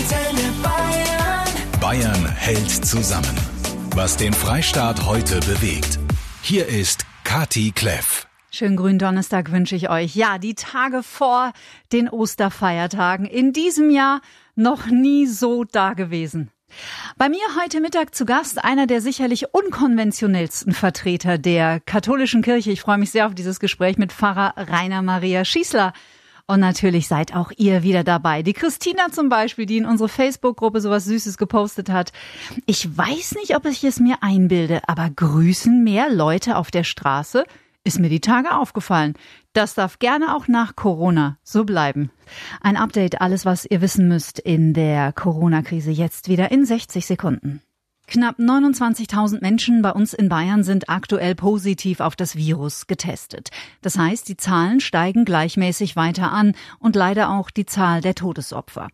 Antenne Bayern. Bayern hält zusammen. Was den Freistaat heute bewegt. Hier ist Kati Kleff. Schönen grünen Donnerstag wünsche ich euch. Ja, die Tage vor den Osterfeiertagen. In diesem Jahr noch nie so da gewesen. Bei mir heute Mittag zu Gast einer der sicherlich unkonventionellsten Vertreter der katholischen Kirche. Ich freue mich sehr auf dieses Gespräch mit Pfarrer Rainer Maria Schießler. Und natürlich seid auch ihr wieder dabei. Die Christina zum Beispiel, die in unsere Facebook-Gruppe sowas Süßes gepostet hat. Ich weiß nicht, ob ich es mir einbilde, aber grüßen mehr Leute auf der Straße? Ist mir die Tage aufgefallen. Das darf gerne auch nach Corona so bleiben. Ein Update, alles was ihr wissen müsst in der Corona-Krise jetzt wieder in 60 Sekunden. Knapp 29.000 Menschen bei uns in Bayern sind aktuell positiv auf das Virus getestet. Das heißt, die Zahlen steigen gleichmäßig weiter an und leider auch die Zahl der Todesopfer.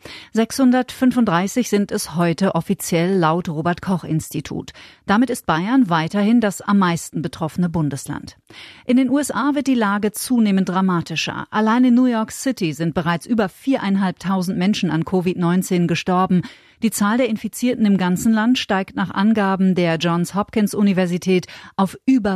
635 sind es heute offiziell laut Robert-Koch-Institut. Damit ist Bayern weiterhin das am meisten betroffene Bundesland. In den USA wird die Lage zunehmend dramatischer. Allein in New York City sind bereits über 4.500 Menschen an Covid-19 gestorben. Die Zahl der Infizierten im ganzen Land steigt nach Angaben der Johns Hopkins Universität auf über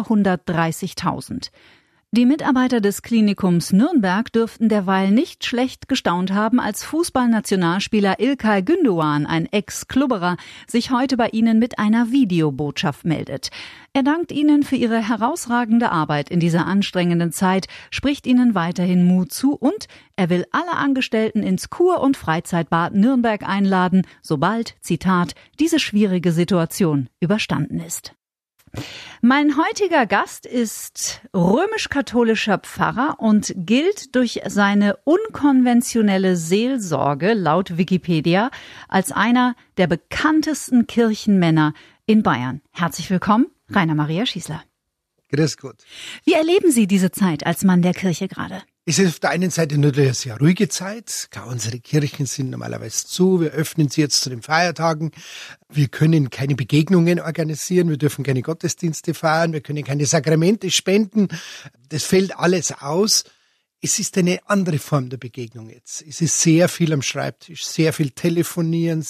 430.000. Die Mitarbeiter des Klinikums Nürnberg dürften derweil nicht schlecht gestaunt haben, als Fußballnationalspieler İlkay Gündoğan, ein Ex-Klubberer, sich heute bei ihnen mit einer Videobotschaft meldet. Er dankt ihnen für ihre herausragende Arbeit in dieser anstrengenden Zeit, spricht ihnen weiterhin Mut zu und er will alle Angestellten ins Kur- und Freizeitbad Nürnberg einladen, sobald, Zitat, diese schwierige Situation überstanden ist. Mein heutiger Gast ist römisch-katholischer Pfarrer und gilt durch seine unkonventionelle Seelsorge laut Wikipedia als einer der bekanntesten Kirchenmänner in Bayern. Herzlich willkommen, Rainer Maria Schießler. Grüß Gott. Wie erleben Sie diese Zeit als Mann der Kirche gerade? Es ist auf der einen Seite natürlich eine sehr ruhige Zeit. Klar, unsere Kirchen sind normalerweise zu. Wir öffnen sie jetzt zu den Feiertagen. Wir können keine Begegnungen organisieren. Wir dürfen keine Gottesdienste feiern. Wir können keine Sakramente spenden. Das fällt alles aus. Es ist eine andere Form der Begegnung jetzt. Es ist sehr viel am Schreibtisch, sehr viel Telefonieren,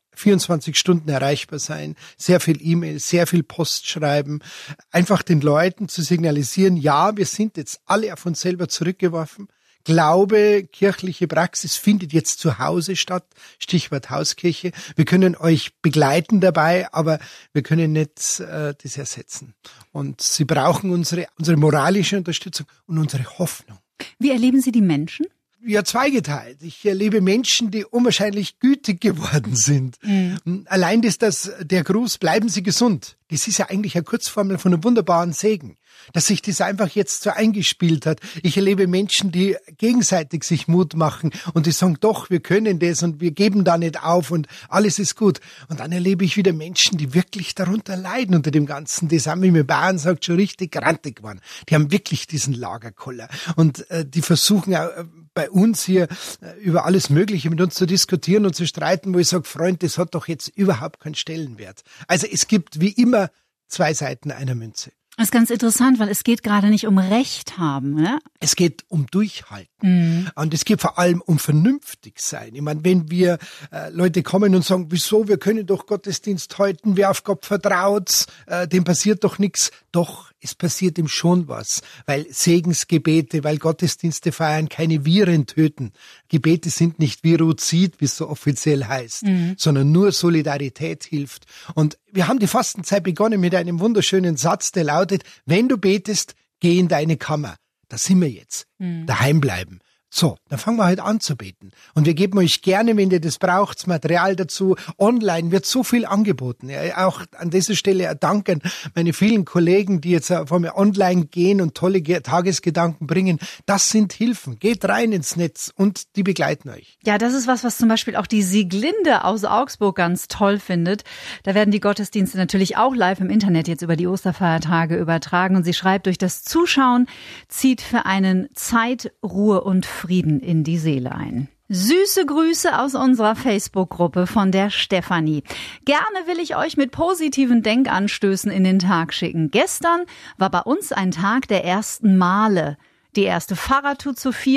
24 Stunden erreichbar sein, sehr viel E-Mail, sehr viel Post schreiben, einfach den Leuten zu signalisieren, ja, wir sind jetzt alle auf uns selber zurückgeworfen. Glaube, kirchliche Praxis findet jetzt zu Hause statt, Stichwort Hauskirche. Wir können euch begleiten dabei, aber wir können nicht das ersetzen. Und Sie brauchen unsere moralische Unterstützung und unsere Hoffnung. Wie erleben Sie die Menschen? Ja, zweigeteilt. Ich erlebe Menschen, die unwahrscheinlich gütig geworden sind. Mhm. Allein der Gruß, bleiben Sie gesund. Das ist ja eigentlich eine Kurzformel von einem wunderbaren Segen, dass sich das einfach jetzt so eingespielt hat. Ich erlebe Menschen, die gegenseitig sich Mut machen und die sagen, doch, wir können das und wir geben da nicht auf und alles ist gut. Und dann erlebe ich wieder Menschen, die wirklich darunter leiden unter dem Ganzen. Die sind, wie mir Bayern sagt, schon richtig grantig geworden. Die haben wirklich diesen Lagerkoller und die versuchen auch bei uns hier über alles Mögliche mit uns zu diskutieren und zu streiten, wo ich sage, Freund, das hat doch jetzt überhaupt keinen Stellenwert. Also es gibt wie immer zwei Seiten einer Münze. Das ist ganz interessant, weil es geht gerade nicht um Recht haben, ne? Es geht um Durchhalten. Mhm. Und es geht vor allem um vernünftig sein. Ich meine, wenn wir Leute kommen und sagen, wieso, wir können doch Gottesdienst halten, wer auf Gott vertraut, dem passiert doch nichts. Doch, es passiert ihm schon was, weil Segensgebete, weil Gottesdienste feiern keine Viren töten. Gebete sind nicht Viruzid, wie es so offiziell heißt, sondern nur Solidarität hilft. Und wir haben die Fastenzeit begonnen mit einem wunderschönen Satz, der lautet, wenn du betest, geh in deine Kammer. Da sind wir jetzt. Daheim bleiben. So, dann fangen wir halt an zu beten. Und wir geben euch gerne, wenn ihr das braucht, Material dazu. Online wird so viel angeboten. Ja, auch an dieser Stelle ein Dank an meine vielen Kollegen, die jetzt von mir online gehen und tolle Tagesgedanken bringen. Das sind Hilfen. Geht rein ins Netz und die begleiten euch. Ja, das ist was zum Beispiel auch die Sieglinde aus Augsburg ganz toll findet. Da werden die Gottesdienste natürlich auch live im Internet jetzt über die Osterfeiertage übertragen. Und sie schreibt, durch das Zuschauen zieht für einen Zeit, Ruhe und Frieden in die Seele ein. Süße Grüße aus unserer Facebook-Gruppe von der Stefanie. Gerne will ich euch mit positiven Denkanstößen in den Tag schicken. Gestern war bei uns ein Tag der ersten Male. Die erste Fahrradtour zu viert,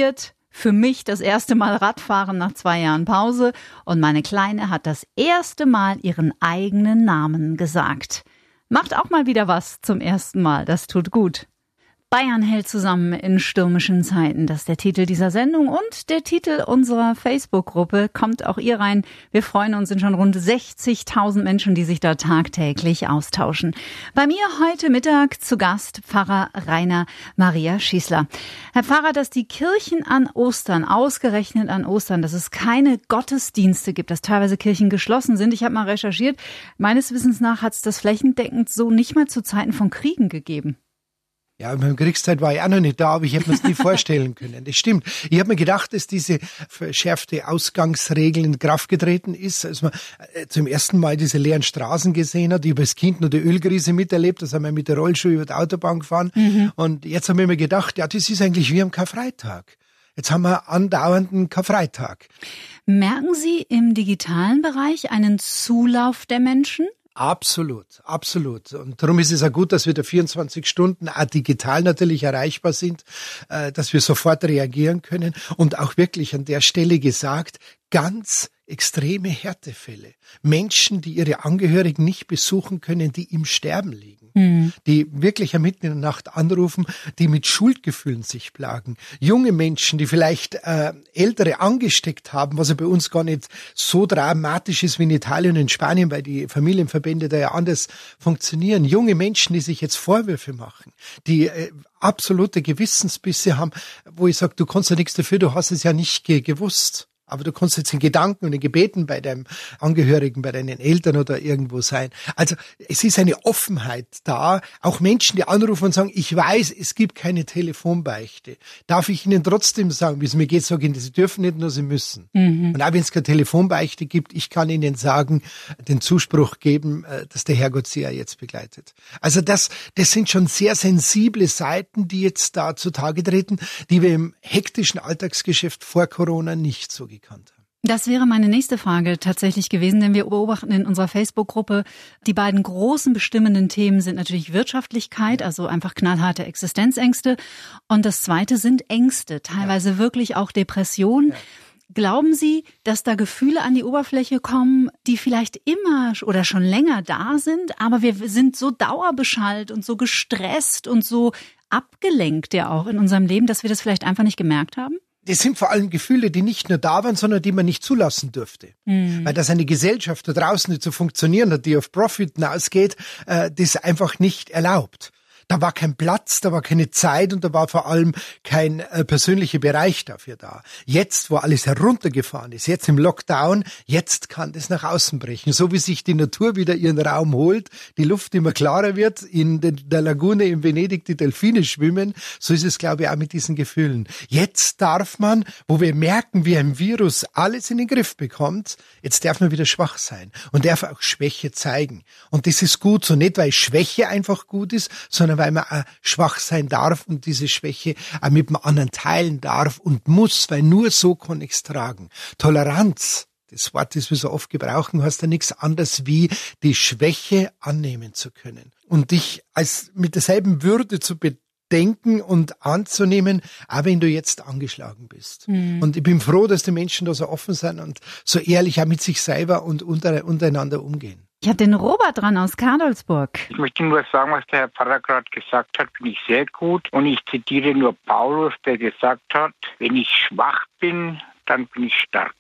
Für mich das erste Mal Radfahren nach 2 Jahren Pause und meine Kleine hat das erste Mal ihren eigenen Namen gesagt. Macht auch mal wieder was zum ersten Mal, das tut gut. Bayern hält zusammen in stürmischen Zeiten. Das ist der Titel dieser Sendung und der Titel unserer Facebook-Gruppe. Kommt auch ihr rein. Wir freuen uns, sind schon rund 60.000 Menschen, die sich da tagtäglich austauschen. Bei mir heute Mittag zu Gast Pfarrer Rainer Maria Schießler. Herr Pfarrer, dass die Kirchen an Ostern, ausgerechnet an Ostern, dass es keine Gottesdienste gibt, dass teilweise Kirchen geschlossen sind. Ich habe mal recherchiert. Meines Wissens nach hat es das flächendeckend so nicht mal zu Zeiten von Kriegen gegeben. Ja, in der Kriegszeit war ich auch noch nicht da, aber ich hätte mir es nie vorstellen können. Das stimmt. Ich habe mir gedacht, dass diese verschärfte Ausgangsregel in Kraft getreten ist, als man zum ersten Mal diese leeren Straßen gesehen hat. Ich habe als Kind noch die Ölkrise miterlebt, da sind wir mit der Rollschuhe über die Autobahn gefahren. Und jetzt habe ich mir gedacht, ja, das ist eigentlich wie am Karfreitag. Jetzt haben wir andauernden Karfreitag. Merken Sie im digitalen Bereich einen Zulauf der Menschen? Absolut, absolut. Und darum ist es auch gut, dass wir da 24 Stunden auch digital natürlich erreichbar sind, dass wir sofort reagieren können. Und auch wirklich an der Stelle gesagt, ganz extreme Härtefälle. Menschen, die ihre Angehörigen nicht besuchen können, die im Sterben liegen. Die wirklich mitten in der Nacht anrufen, die mit Schuldgefühlen sich plagen. Junge Menschen, die vielleicht Ältere angesteckt haben, was ja bei uns gar nicht so dramatisch ist wie in Italien und in Spanien, weil die Familienverbände da ja anders funktionieren. Junge Menschen, die sich jetzt Vorwürfe machen, die absolute Gewissensbisse haben, wo ich sage, du kannst ja nichts dafür, du hast es ja nicht gewusst. Aber du kannst jetzt in Gedanken und in Gebeten bei deinem Angehörigen, bei deinen Eltern oder irgendwo sein. Also es ist eine Offenheit da. Auch Menschen, die anrufen und sagen, ich weiß, es gibt keine Telefonbeichte. Darf ich Ihnen trotzdem sagen, wie es mir geht, sage ich Ihnen, Sie dürfen nicht, nur Sie müssen. Und auch wenn es keine Telefonbeichte gibt, ich kann Ihnen sagen, den Zuspruch geben, dass der Herrgott Sie ja jetzt begleitet. Also das sind schon sehr sensible Seiten, die jetzt da zutage treten, die wir im hektischen Alltagsgeschäft vor Corona nicht so gekannt haben. Das wäre meine nächste Frage tatsächlich gewesen, denn wir beobachten in unserer Facebook-Gruppe, die beiden großen bestimmenden Themen sind natürlich Wirtschaftlichkeit, also einfach knallharte Existenzängste. Und das zweite sind Ängste, teilweise wirklich auch Depressionen. Ja. Glauben Sie, dass da Gefühle an die Oberfläche kommen, die vielleicht immer oder schon länger da sind, aber wir sind so dauerbeschallt und so gestresst und so abgelenkt ja auch in unserem Leben, dass wir das vielleicht einfach nicht gemerkt haben? Das sind vor allem Gefühle, die nicht nur da waren, sondern die man nicht zulassen dürfte. Weil das eine Gesellschaft da draußen, die zu funktionieren hat, die auf Profit hinausgeht, das einfach nicht erlaubt. Da war kein Platz, da war keine Zeit und da war vor allem kein persönlicher Bereich dafür da. Jetzt, wo alles heruntergefahren ist, jetzt im Lockdown, jetzt kann das nach außen brechen. So wie sich die Natur wieder ihren Raum holt, die Luft immer klarer wird, in der Lagune in Venedig die Delfine schwimmen, so ist es, glaube ich, auch mit diesen Gefühlen. Jetzt darf man, wo wir merken, wie ein Virus alles in den Griff bekommt, jetzt darf man wieder schwach sein und darf auch Schwäche zeigen. Und das ist gut, so nicht, weil Schwäche einfach gut ist, sondern weil man auch schwach sein darf und diese Schwäche auch mit dem anderen teilen darf und muss, weil nur so kann ich's tragen. Toleranz, das Wort, das wir so oft gebrauchen, heißt ja nichts anderes wie die Schwäche annehmen zu können und dich als mit derselben Würde zu bedenken und anzunehmen, auch wenn du jetzt angeschlagen bist. Und ich bin froh, dass die Menschen da so offen sind und so ehrlich auch mit sich selber und untereinander umgehen. Ich habe den Robert dran aus Kadolsburg. Ich möchte nur sagen, was der Herr Pfarrer gerade gesagt hat, finde ich sehr gut. Und ich zitiere nur Paulus, der gesagt hat, wenn ich schwach bin, dann bin ich stark.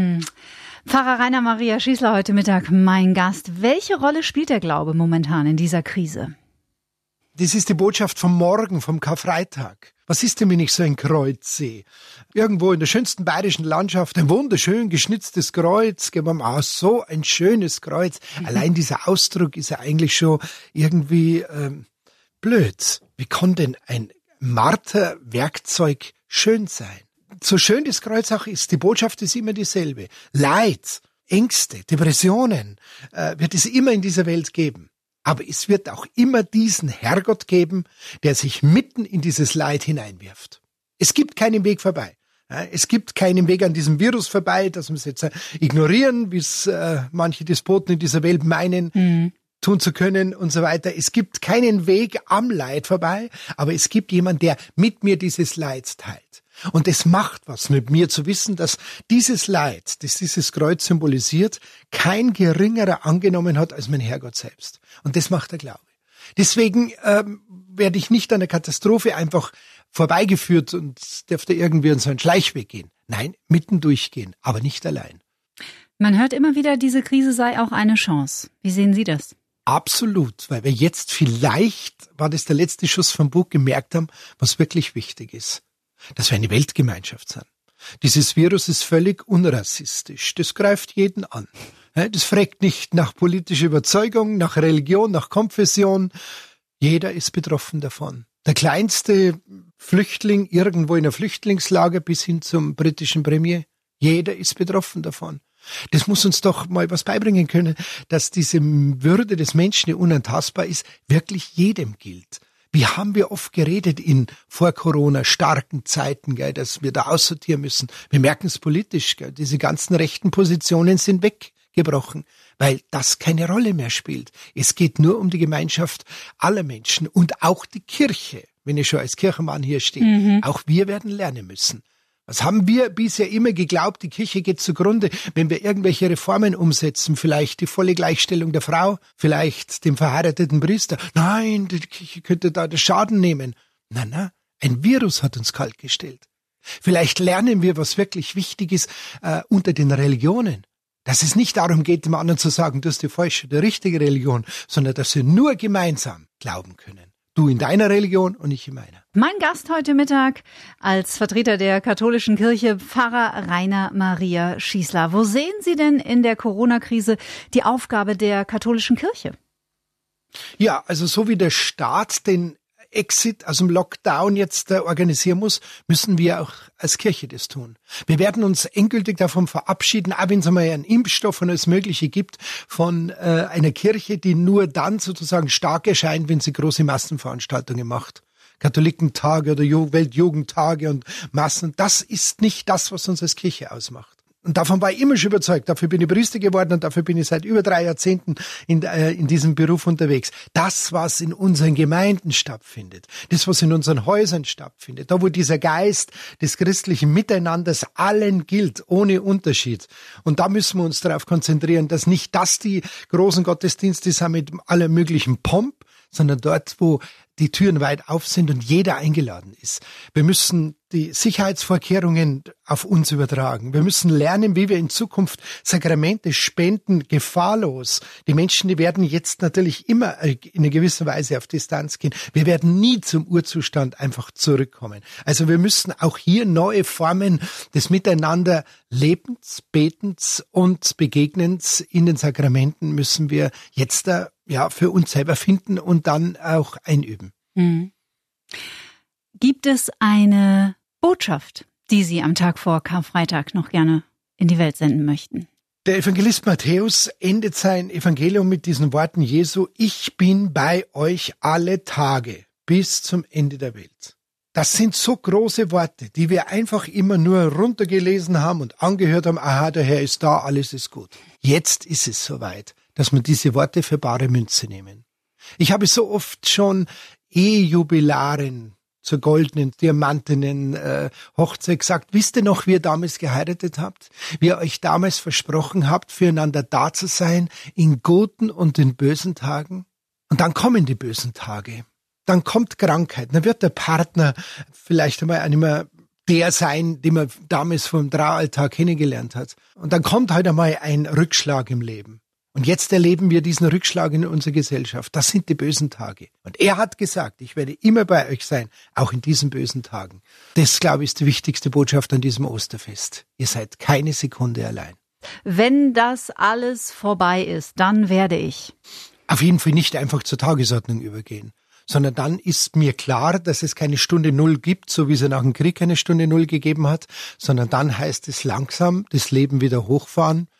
Pfarrer Rainer Maria Schießler heute Mittag, mein Gast. Welche Rolle spielt der Glaube momentan in dieser Krise? Das ist die Botschaft vom Morgen, vom Karfreitag. Was ist denn, wenn ich so ein Kreuz sehe? Irgendwo in der schönsten bayerischen Landschaft, ein wunderschön geschnitztes Kreuz. So ein schönes Kreuz. Allein dieser Ausdruck ist ja eigentlich schon irgendwie blöd. Wie kann denn ein Marterwerkzeug schön sein? So schön das Kreuz auch ist, die Botschaft ist immer dieselbe. Leid, Ängste, Depressionen wird es immer in dieser Welt geben. Aber es wird auch immer diesen Herrgott geben, der sich mitten in dieses Leid hineinwirft. Es gibt keinen Weg vorbei. Es gibt keinen Weg an diesem Virus vorbei, dass wir es jetzt ignorieren, wie es manche Despoten in dieser Welt meinen, tun zu können und so weiter. Es gibt keinen Weg am Leid vorbei, aber es gibt jemanden, der mit mir dieses Leid teilt. Und es macht was mit mir zu wissen, dass dieses Leid, das dieses Kreuz symbolisiert, kein geringerer angenommen hat als mein Herrgott selbst. Und das macht der Glaube. Deswegen werde ich nicht an der Katastrophe einfach vorbeigeführt und dürfte irgendwie in so einen Schleichweg gehen. Nein, mitten durchgehen, aber nicht allein. Man hört immer wieder, diese Krise sei auch eine Chance. Wie sehen Sie das? Absolut, weil wir jetzt vielleicht, war das der letzte Schuss vom Bug, gemerkt haben, was wirklich wichtig ist. Dass wir eine Weltgemeinschaft sind. Dieses Virus ist völlig unrassistisch. Das greift jeden an. Das fragt nicht nach politischer Überzeugung, nach Religion, nach Konfession. Jeder ist betroffen davon. Der kleinste Flüchtling irgendwo in einer Flüchtlingslager bis hin zum britischen Premier. Jeder ist betroffen davon. Das muss uns doch mal was beibringen können, dass diese Würde des Menschen, die unantastbar ist, wirklich jedem gilt. Wie haben wir oft geredet in vor Corona starken Zeiten, gell, dass wir da aussortieren müssen. Wir merken es politisch, gell, diese ganzen rechten Positionen sind weggebrochen, weil das keine Rolle mehr spielt. Es geht nur um die Gemeinschaft aller Menschen und auch die Kirche, wenn ich schon als Kirchenmann hier stehe. Auch wir werden lernen müssen. Was haben wir bisher immer geglaubt, die Kirche geht zugrunde, wenn wir irgendwelche Reformen umsetzen, vielleicht die volle Gleichstellung der Frau, vielleicht dem verheirateten Priester. Nein, die Kirche könnte da den Schaden nehmen. Na, ein Virus hat uns kalt gestellt. Vielleicht lernen wir, was wirklich wichtig ist unter den Religionen. Dass es nicht darum geht, dem anderen zu sagen, du hast die falsche, die richtige Religion, sondern dass wir nur gemeinsam glauben können. Du in deiner Religion und ich in meiner. Mein Gast heute Mittag als Vertreter der katholischen Kirche, Pfarrer Rainer Maria Schießler. Wo sehen Sie denn in der Corona-Krise die Aufgabe der katholischen Kirche? Ja, also so wie der Staat den Exit aus dem Lockdown jetzt organisieren muss, müssen wir auch als Kirche das tun. Wir werden uns endgültig davon verabschieden, auch wenn es einmal einen Impfstoff und alles Mögliche gibt, von einer Kirche, die nur dann sozusagen stark erscheint, wenn sie große Massenveranstaltungen macht. Katholikentage oder Weltjugendtage und Massen. Das ist nicht das, was uns als Kirche ausmacht. Und davon war ich immer schon überzeugt. Dafür bin ich Priester geworden und dafür bin ich seit über 3 Jahrzehnten in diesem Beruf unterwegs. Das, was in unseren Gemeinden stattfindet, das, was in unseren Häusern stattfindet, da wo dieser Geist des christlichen Miteinanders allen gilt, ohne Unterschied. Und da müssen wir uns darauf konzentrieren, dass nicht das die großen Gottesdienste sind mit aller möglichen Pomp, sondern dort, wo die Türen weit auf sind und jeder eingeladen ist. Wir müssen die Sicherheitsvorkehrungen auf uns übertragen. Wir müssen lernen, wie wir in Zukunft Sakramente spenden, gefahrlos. Die Menschen, die werden jetzt natürlich immer in einer gewissen Weise auf Distanz gehen. Wir werden nie zum Urzustand einfach zurückkommen. Also wir müssen auch hier neue Formen des Miteinander Lebens, Betens und Begegnens in den Sakramenten müssen wir jetzt für uns selber finden und dann auch einüben. Gibt es eine Botschaft, die Sie am Tag vor Karfreitag noch gerne in die Welt senden möchten? Der Evangelist Matthäus endet sein Evangelium mit diesen Worten Jesu: Ich bin bei euch alle Tage bis zum Ende der Welt. Das sind so große Worte, die wir einfach immer nur runtergelesen haben und angehört haben. Aha, der Herr ist da, alles ist gut. Jetzt ist es soweit, dass wir diese Worte für bare Münze nehmen. Ich habe so oft schon Ehejubilaren zur goldenen, diamantenen Hochzeit gesagt: Wisst ihr noch, wie ihr damals geheiratet habt? Wie ihr euch damals versprochen habt, füreinander da zu sein, in guten und in bösen Tagen? Und dann kommen die bösen Tage. Dann kommt Krankheit. Dann wird der Partner vielleicht einmal nicht mehr der sein, den man damals vom Traualtar kennengelernt hat. Und dann kommt halt einmal ein Rückschlag im Leben. Und jetzt erleben wir diesen Rückschlag in unserer Gesellschaft. Das sind die bösen Tage. Und er hat gesagt, ich werde immer bei euch sein, auch in diesen bösen Tagen. Das, glaube ich, ist die wichtigste Botschaft an diesem Osterfest. Ihr seid keine Sekunde allein. Wenn das alles vorbei ist, dann werde ich auf jeden Fall nicht einfach zur Tagesordnung übergehen, sondern dann ist mir klar, dass es keine Stunde Null gibt, so wie es ja nach dem Krieg keine Stunde Null gegeben hat, sondern dann heißt es langsam das Leben wieder hochfahren,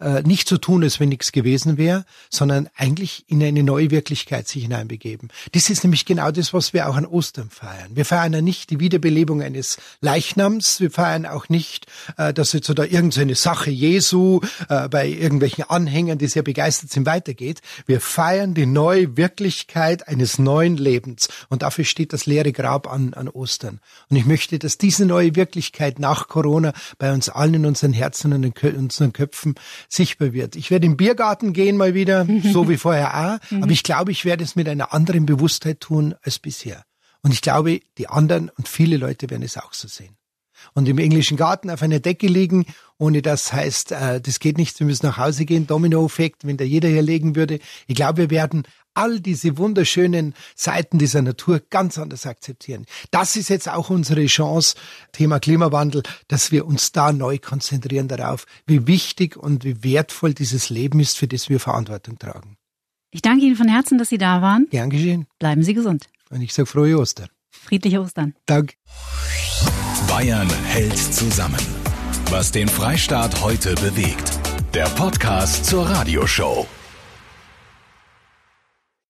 nicht so tun, als wenn nichts gewesen wäre, sondern eigentlich in eine neue Wirklichkeit sich hineinbegeben. Das ist nämlich genau das, was wir auch an Ostern feiern. Wir feiern ja nicht die Wiederbelebung eines Leichnams, wir feiern auch nicht, dass jetzt oder irgendeine Sache Jesu bei irgendwelchen Anhängern, die sehr begeistert sind, weitergeht. Wir feiern die neue Wirklichkeit eines neuen Lebens und dafür steht das leere Grab an Ostern. Und ich möchte, dass diese neue Wirklichkeit nach Corona bei uns allen in unseren Herzen und in unseren Köpfen sichtbar wird. Ich werde im Biergarten gehen mal wieder, so wie vorher auch, aber ich glaube, ich werde es mit einer anderen Bewusstheit tun als bisher. Und ich glaube, die anderen und viele Leute werden es auch so sehen. Und im englischen Garten auf einer Decke liegen, ohne das heißt, das geht nicht, wir müssen nach Hause gehen, Domino-Effekt, wenn da jeder hier legen würde. Ich glaube, wir werden all diese wunderschönen Seiten dieser Natur ganz anders akzeptieren. Das ist jetzt auch unsere Chance, Thema Klimawandel, dass wir uns da neu konzentrieren darauf, wie wichtig und wie wertvoll dieses Leben ist, für das wir Verantwortung tragen. Ich danke Ihnen von Herzen, dass Sie da waren. Gern geschehen. Bleiben Sie gesund. Und ich sage frohe Ostern. Friedliche Ostern. Danke. Bayern hält zusammen. Was den Freistaat heute bewegt. Der Podcast zur Radioshow.